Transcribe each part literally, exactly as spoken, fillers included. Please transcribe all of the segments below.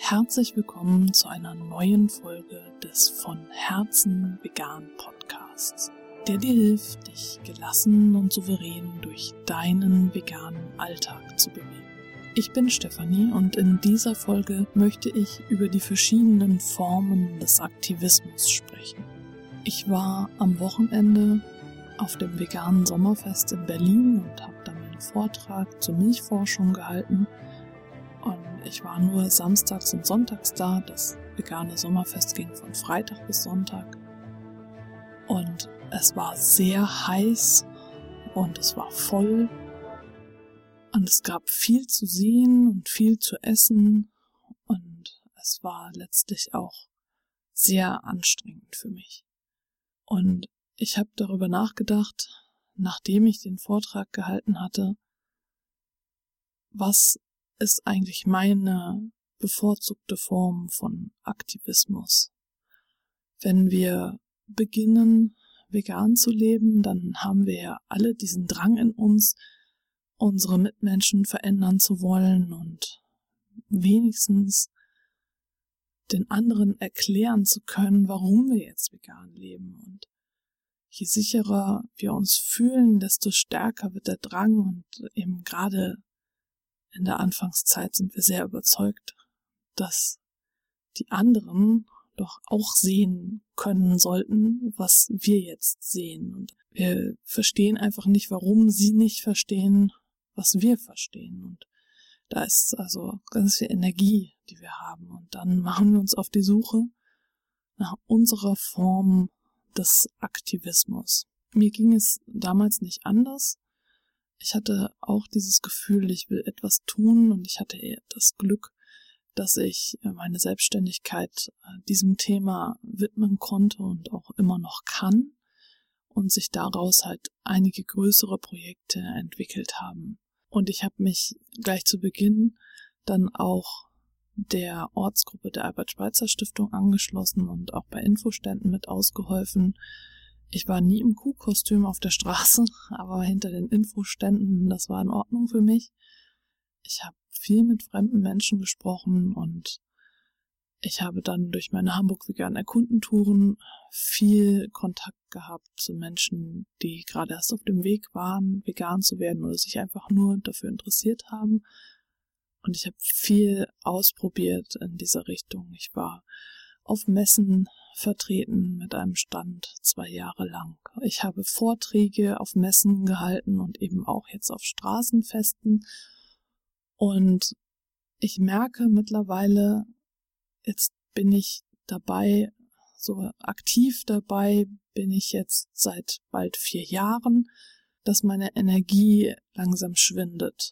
Herzlich willkommen zu einer neuen Folge des von Herzen vegan Podcasts, der dir hilft, dich gelassen und souverän durch deinen veganen Alltag zu bewegen. Ich bin Stefanie und in dieser Folge möchte ich über die verschiedenen Formen des Aktivismus sprechen. Ich war am Wochenende auf dem veganen Sommerfest in Berlin und habe da meinen Vortrag zur Milchforschung gehalten. Und ich war nur samstags und sonntags da. Das vegane Sommerfest ging von Freitag bis Sonntag. Und es war sehr heiß und es war voll. Und es gab viel zu sehen und viel zu essen. Und es war letztlich auch sehr anstrengend für mich. Und ich habe darüber nachgedacht, nachdem ich den Vortrag gehalten hatte, was ist eigentlich meine bevorzugte Form von Aktivismus. Wenn wir beginnen, vegan zu leben, dann haben wir ja alle diesen Drang in uns, unsere Mitmenschen verändern zu wollen und wenigstens den anderen erklären zu können, warum wir jetzt vegan leben. Und je sicherer wir uns fühlen, desto stärker wird der Drang und eben gerade in der Anfangszeit sind wir sehr überzeugt, dass die anderen doch auch sehen können sollten, was wir jetzt sehen. Und wir verstehen einfach nicht, warum sie nicht verstehen, was wir verstehen. Und da ist also ganz viel Energie, die wir haben. Und dann machen wir uns auf die Suche nach unserer Form des Aktivismus. Mir ging es damals nicht anders. Ich hatte auch dieses Gefühl, ich will etwas tun und ich hatte das Glück, dass ich meine Selbstständigkeit diesem Thema widmen konnte und auch immer noch kann und sich daraus halt einige größere Projekte entwickelt haben. Und ich habe mich gleich zu Beginn dann auch der Ortsgruppe der Albert-Schweitzer-Stiftung angeschlossen und auch bei Infoständen mit ausgeholfen. Ich war nie im Kuhkostüm auf der Straße, aber hinter den Infoständen, das war in Ordnung für mich. Ich habe viel mit fremden Menschen gesprochen und ich habe dann durch meine Hamburg-veganen Erkundentouren viel Kontakt gehabt zu Menschen, die gerade erst auf dem Weg waren, vegan zu werden oder sich einfach nur dafür interessiert haben. Und ich habe viel ausprobiert in dieser Richtung. Ich war auf Messen vertreten mit einem Stand zwei Jahre lang. Ich habe Vorträge auf Messen gehalten und eben auch jetzt auf Straßenfesten. Und ich merke mittlerweile, jetzt bin ich dabei, so aktiv dabei bin ich jetzt seit bald vier Jahren, dass meine Energie langsam schwindet.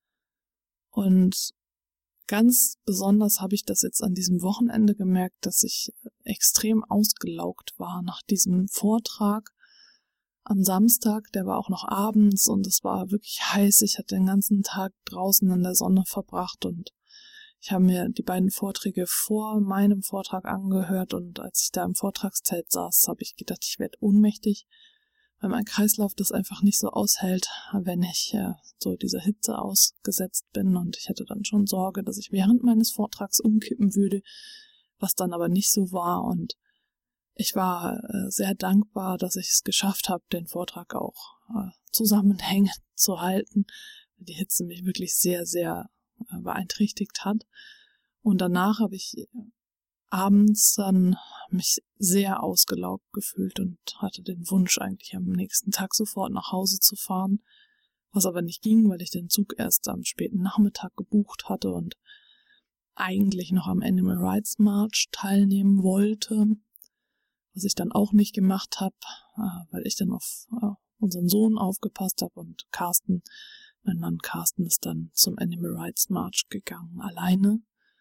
Und ganz besonders habe ich das jetzt an diesem Wochenende gemerkt, dass ich extrem ausgelaugt war nach diesem Vortrag am Samstag. Der war auch noch abends und es war wirklich heiß. Ich hatte den ganzen Tag draußen in der Sonne verbracht und ich habe mir die beiden Vorträge vor meinem Vortrag angehört und als ich da im Vortragszelt saß, habe ich gedacht, ich werde ohnmächtig, weil mein Kreislauf das einfach nicht so aushält, wenn ich äh, so dieser Hitze ausgesetzt bin. Und ich hatte dann schon Sorge, dass ich während meines Vortrags umkippen würde, was dann aber nicht so war. Und ich war äh, sehr dankbar, dass ich es geschafft habe, den Vortrag auch äh, zusammenhängend zu halten, weil die Hitze mich wirklich sehr, sehr äh, beeinträchtigt hat. Und danach habe ich abends dann mich sehr ausgelaugt gefühlt und hatte den Wunsch, eigentlich am nächsten Tag sofort nach Hause zu fahren, was aber nicht ging, weil ich den Zug erst am späten Nachmittag gebucht hatte und eigentlich noch am Animal Rights March teilnehmen wollte, was ich dann auch nicht gemacht habe, weil ich dann auf unseren Sohn aufgepasst habe und Carsten, mein Mann Carsten, ist dann zum Animal Rights March gegangen, alleine.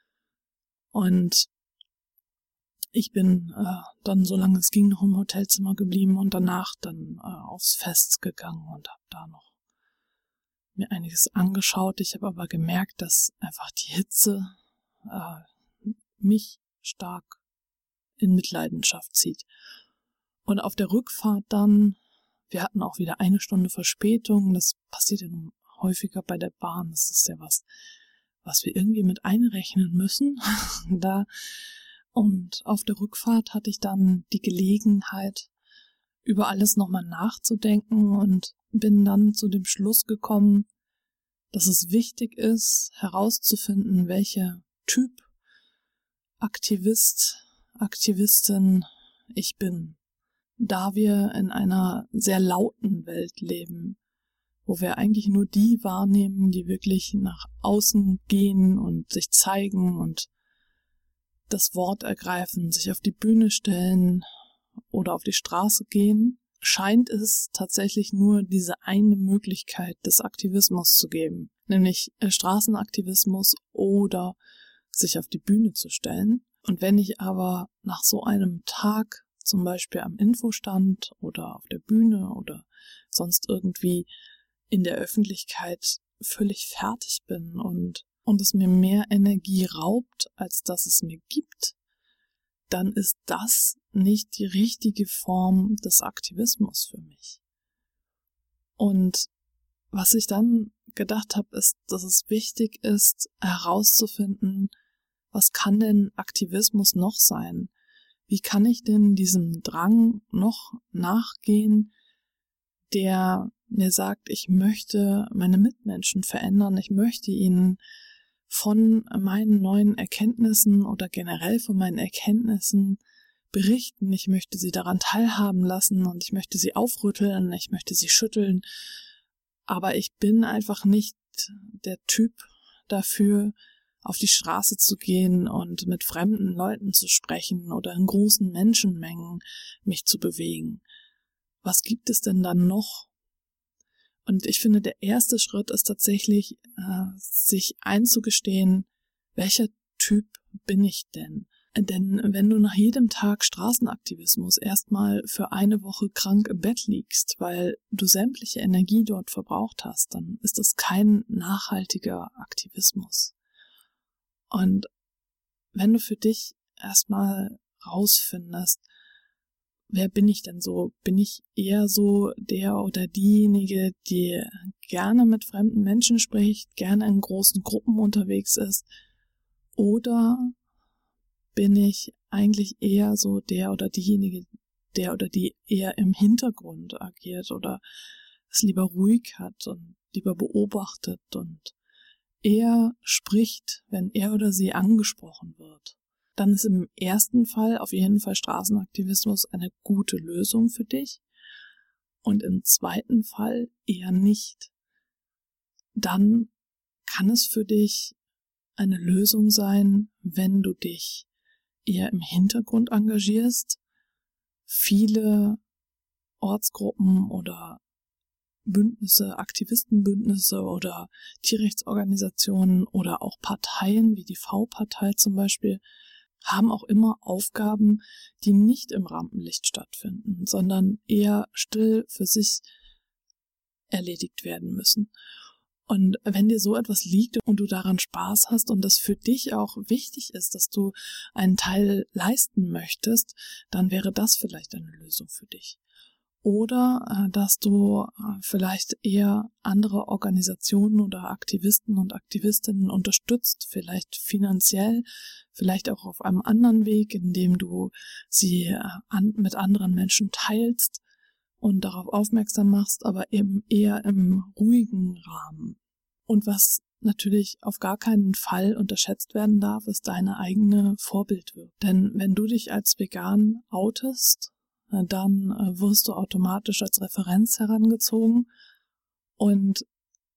Und ich bin äh, dann, solange es ging, noch im Hotelzimmer geblieben und danach dann äh, aufs Fest gegangen und habe da noch mir einiges angeschaut. Ich habe aber gemerkt, dass einfach die Hitze äh, mich stark in Mitleidenschaft zieht. Und auf der Rückfahrt dann, wir hatten auch wieder eine Stunde Verspätung. Das passiert ja nun häufiger bei der Bahn. Das ist ja was, was wir irgendwie mit einrechnen müssen. da Und auf der Rückfahrt hatte ich dann die Gelegenheit, über alles nochmal nachzudenken und bin dann zu dem Schluss gekommen, dass es wichtig ist, herauszufinden, welcher Typ Aktivist, Aktivistin ich bin. Da wir in einer sehr lauten Welt leben, wo wir eigentlich nur die wahrnehmen, die wirklich nach außen gehen und sich zeigen und das Wort ergreifen, sich auf die Bühne stellen oder auf die Straße gehen, scheint es tatsächlich nur diese eine Möglichkeit des Aktivismus zu geben, nämlich Straßenaktivismus oder sich auf die Bühne zu stellen. Und wenn ich aber nach so einem Tag, zum Beispiel am Infostand oder auf der Bühne oder sonst irgendwie in der Öffentlichkeit völlig fertig bin und, und es mir mehr Energie raubt, als dass es mir gibt, dann ist das nicht die richtige Form des Aktivismus für mich. Und was ich dann gedacht habe, ist, dass es wichtig ist, herauszufinden, was kann denn Aktivismus noch sein? Wie kann ich denn diesem Drang noch nachgehen, der mir sagt, ich möchte meine Mitmenschen verändern, ich möchte ihnen von meinen neuen Erkenntnissen oder generell von meinen Erkenntnissen berichten, ich möchte sie daran teilhaben lassen und ich möchte sie aufrütteln, ich möchte sie schütteln, aber ich bin einfach nicht der Typ dafür, auf die Straße zu gehen und mit fremden Leuten zu sprechen oder in großen Menschenmengen mich zu bewegen. Was gibt es denn dann noch? Und ich finde, der erste Schritt ist tatsächlich, äh, sich einzugestehen, welcher Typ bin ich denn? Denn wenn du nach jedem Tag Straßenaktivismus erstmal für eine Woche krank im Bett liegst, weil du sämtliche Energie dort verbraucht hast, dann ist das kein nachhaltiger Aktivismus. Und wenn du für dich erstmal rausfindest, wer bin ich denn so? Bin ich eher so der oder diejenige, die gerne mit fremden Menschen spricht, gerne in großen Gruppen unterwegs ist? Oder bin ich eigentlich eher so der oder diejenige, der oder die eher im Hintergrund agiert oder es lieber ruhig hat und lieber beobachtet und eher spricht, wenn er oder sie angesprochen wird? Dann ist im ersten Fall auf jeden Fall Straßenaktivismus eine gute Lösung für dich und im zweiten Fall eher nicht. Dann kann es für dich eine Lösung sein, wenn du dich eher im Hintergrund engagierst, viele Ortsgruppen oder Bündnisse, Aktivistenbündnisse oder Tierrechtsorganisationen oder auch Parteien wie die V-Partei zum Beispiel haben auch immer Aufgaben, die nicht im Rampenlicht stattfinden, sondern eher still für sich erledigt werden müssen. Und wenn dir so etwas liegt und du daran Spaß hast und das für dich auch wichtig ist, dass du einen Teil leisten möchtest, dann wäre das vielleicht eine Lösung für dich. Oder dass du vielleicht eher andere Organisationen oder Aktivisten und Aktivistinnen unterstützt, vielleicht finanziell, vielleicht auch auf einem anderen Weg, indem du sie an, mit anderen Menschen teilst und darauf aufmerksam machst, aber eben eher im ruhigen Rahmen. Und was natürlich auf gar keinen Fall unterschätzt werden darf, ist deine eigene Vorbildwirkung. Denn wenn du dich als vegan outest, dann wirst du automatisch als Referenz herangezogen und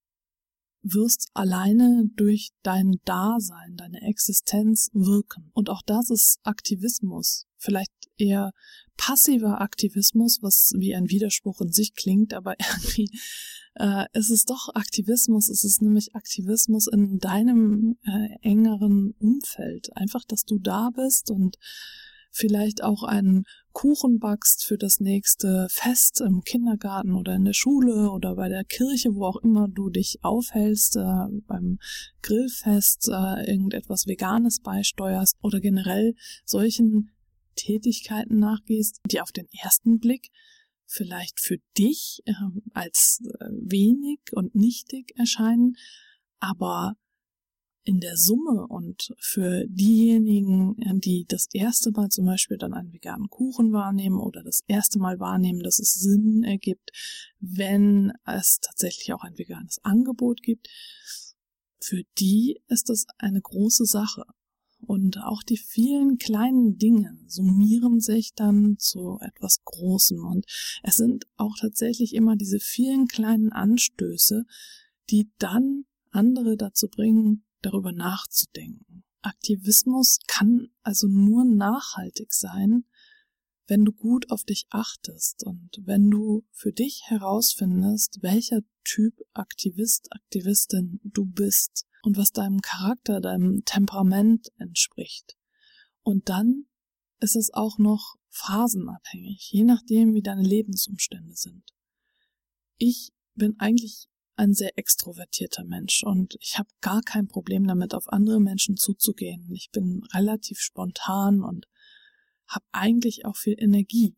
wirst alleine durch dein Dasein, deine Existenz wirken. Und auch das ist Aktivismus. Vielleicht eher passiver Aktivismus, was wie ein Widerspruch in sich klingt, aber irgendwie äh, ist es doch Aktivismus. Es ist nämlich Aktivismus in deinem äh, engeren Umfeld. Einfach, dass du da bist und vielleicht auch einen Kuchen backst für das nächste Fest im Kindergarten oder in der Schule oder bei der Kirche, wo auch immer du dich aufhältst, äh, beim Grillfest äh, irgendetwas Veganes beisteuerst oder generell solchen Tätigkeiten nachgehst, die auf den ersten Blick vielleicht für dich äh, als äh, wenig und nichtig erscheinen, aber in der Summe und für diejenigen, die das erste Mal zum Beispiel dann einen veganen Kuchen wahrnehmen oder das erste Mal wahrnehmen, dass es Sinn ergibt, wenn es tatsächlich auch ein veganes Angebot gibt, für die ist das eine große Sache. Und auch die vielen kleinen Dinge summieren sich dann zu etwas Großem. Und es sind auch tatsächlich immer diese vielen kleinen Anstöße, die dann andere dazu bringen, darüber nachzudenken. Aktivismus kann also nur nachhaltig sein, wenn du gut auf dich achtest und wenn du für dich herausfindest, welcher Typ Aktivist, Aktivistin du bist und was deinem Charakter, deinem Temperament entspricht. Und dann ist es auch noch phasenabhängig, je nachdem, wie deine Lebensumstände sind. Ich bin eigentlich ein sehr extrovertierter Mensch und ich habe gar kein Problem damit, auf andere Menschen zuzugehen. Ich bin relativ spontan und habe eigentlich auch viel Energie.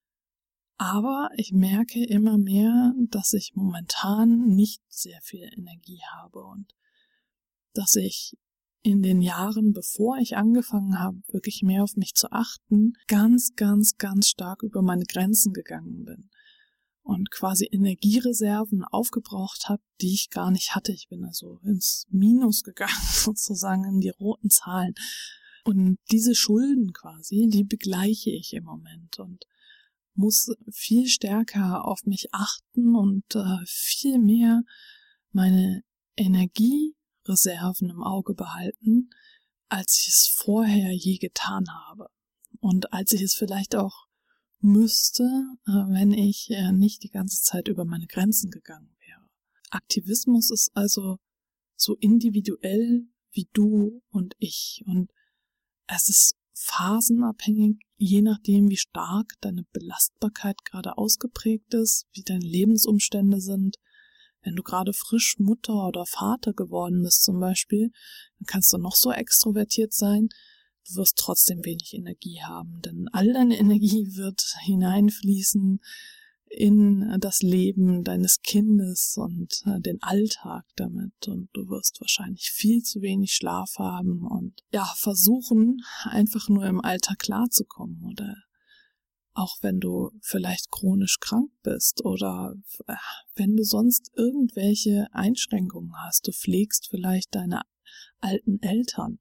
Aber ich merke immer mehr, dass ich momentan nicht sehr viel Energie habe und dass ich in den Jahren, bevor ich angefangen habe, wirklich mehr auf mich zu achten, ganz, ganz, ganz stark über meine Grenzen gegangen bin und quasi Energiereserven aufgebraucht habe, die ich gar nicht hatte. Ich bin also ins Minus gegangen, sozusagen in die roten Zahlen. Und diese Schulden quasi, die begleiche ich im Moment und muss viel stärker auf mich achten und äh, viel mehr meine Energiereserven im Auge behalten, als ich es vorher je getan habe. Und als ich es vielleicht auch müsste, äh, wenn ich äh, nicht die ganze Zeit über meine Grenzen gegangen wäre. Aktivismus ist also so individuell wie du und ich und es ist phasenabhängig, je nachdem, wie stark deine Belastbarkeit gerade ausgeprägt ist, wie deine Lebensumstände sind. Wenn du gerade frisch Mutter oder Vater geworden bist zum Beispiel, dann kannst du noch so extrovertiert sein, du wirst trotzdem wenig Energie haben, denn all deine Energie wird hineinfließen in das Leben deines Kindes und den Alltag damit und du wirst wahrscheinlich viel zu wenig Schlaf haben und ja, versuchen einfach nur im Alltag klarzukommen oder auch wenn du vielleicht chronisch krank bist oder wenn du sonst irgendwelche Einschränkungen hast, du pflegst vielleicht deine alten Eltern,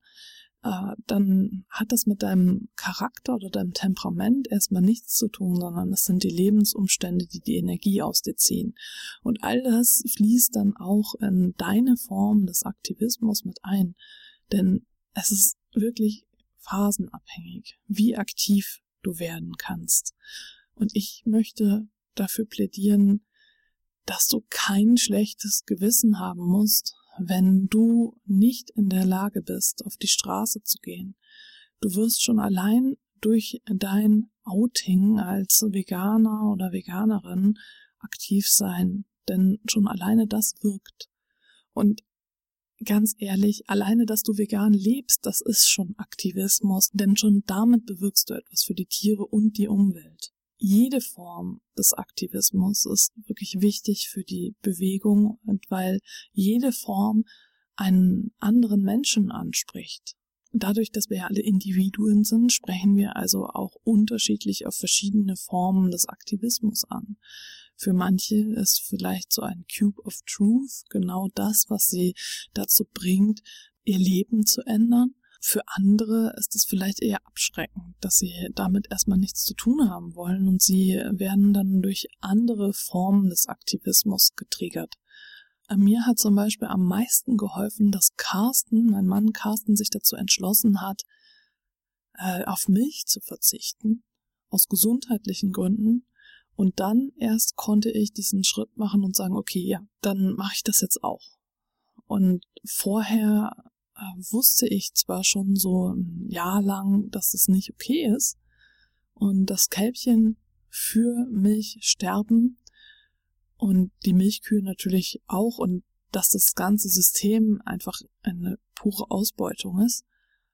dann hat das mit deinem Charakter oder deinem Temperament erstmal nichts zu tun, sondern es sind die Lebensumstände, die die Energie aus dir ziehen. Und all das fließt dann auch in deine Form des Aktivismus mit ein. Denn es ist wirklich phasenabhängig, wie aktiv du werden kannst. Und ich möchte dafür plädieren, dass du kein schlechtes Gewissen haben musst, wenn du nicht in der Lage bist, auf die Straße zu gehen. Du wirst schon allein durch dein Outing als Veganer oder Veganerin aktiv sein, denn schon alleine das wirkt. Und ganz ehrlich, alleine, dass du vegan lebst, das ist schon Aktivismus, denn schon damit bewirkst du etwas für die Tiere und die Umwelt. Jede Form des Aktivismus ist wirklich wichtig für die Bewegung und weil jede Form einen anderen Menschen anspricht. Dadurch, dass wir ja alle Individuen sind, sprechen wir also auch unterschiedlich auf verschiedene Formen des Aktivismus an. Für manche ist vielleicht so ein Cube of Truth genau das, was sie dazu bringt, ihr Leben zu ändern. Für andere ist es vielleicht eher abschreckend, dass sie damit erstmal nichts zu tun haben wollen und sie werden dann durch andere Formen des Aktivismus getriggert. Mir hat zum Beispiel am meisten geholfen, dass Carsten, mein Mann Carsten, sich dazu entschlossen hat, auf Milch zu verzichten, aus gesundheitlichen Gründen. Und dann erst konnte ich diesen Schritt machen und sagen, okay, ja, dann mache ich das jetzt auch. Und vorher wusste ich zwar schon so ein Jahr lang, dass das nicht okay ist und dass Kälbchen für Milch sterben und die Milchkühe natürlich auch und dass das ganze System einfach eine pure Ausbeutung ist.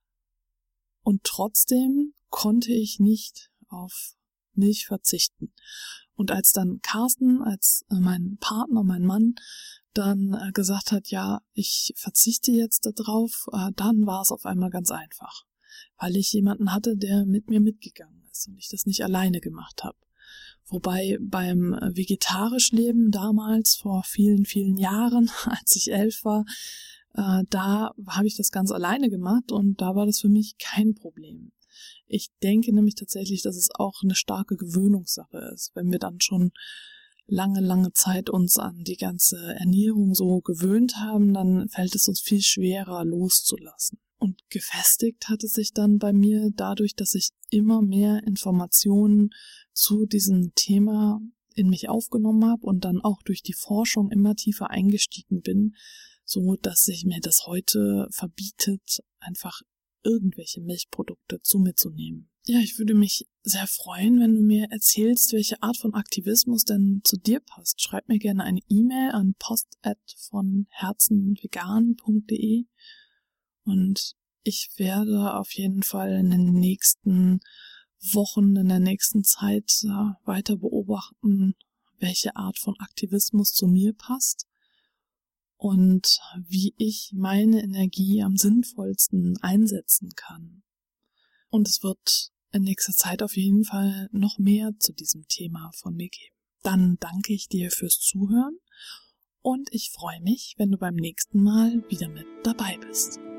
Und trotzdem konnte ich nicht auf Milch verzichten. Und als dann Carsten, als mein Partner, mein Mann, dann äh, gesagt hat, ja, ich verzichte jetzt darauf, äh, dann war es auf einmal ganz einfach, weil ich jemanden hatte, der mit mir mitgegangen ist und ich das nicht alleine gemacht habe. Wobei beim vegetarisch Leben damals, vor vielen, vielen Jahren, als ich elf war, äh, da habe ich das ganz alleine gemacht und da war das für mich kein Problem. Ich denke nämlich tatsächlich, dass es auch eine starke Gewöhnungssache ist, wenn wir dann schon lange, lange Zeit uns an die ganze Ernährung so gewöhnt haben, dann fällt es uns viel schwerer loszulassen. Und gefestigt hat es sich dann bei mir dadurch, dass ich immer mehr Informationen zu diesem Thema in mich aufgenommen habe und dann auch durch die Forschung immer tiefer eingestiegen bin, so dass sich mir das heute verbietet, einfach irgendwelche Milchprodukte zu mir zu nehmen. Ja, ich würde mich sehr freuen, wenn du mir erzählst, welche Art von Aktivismus denn zu dir passt. Schreib mir gerne eine E-Mail an post at von herzenvegan punkt de und ich werde auf jeden Fall in den nächsten Wochen, in der nächsten Zeit äh, weiter beobachten, welche Art von Aktivismus zu mir passt und wie ich meine Energie am sinnvollsten einsetzen kann. Und es wird in nächster Zeit auf jeden Fall noch mehr zu diesem Thema von mir geben. Dann danke ich dir fürs Zuhören und ich freue mich, wenn du beim nächsten Mal wieder mit dabei bist.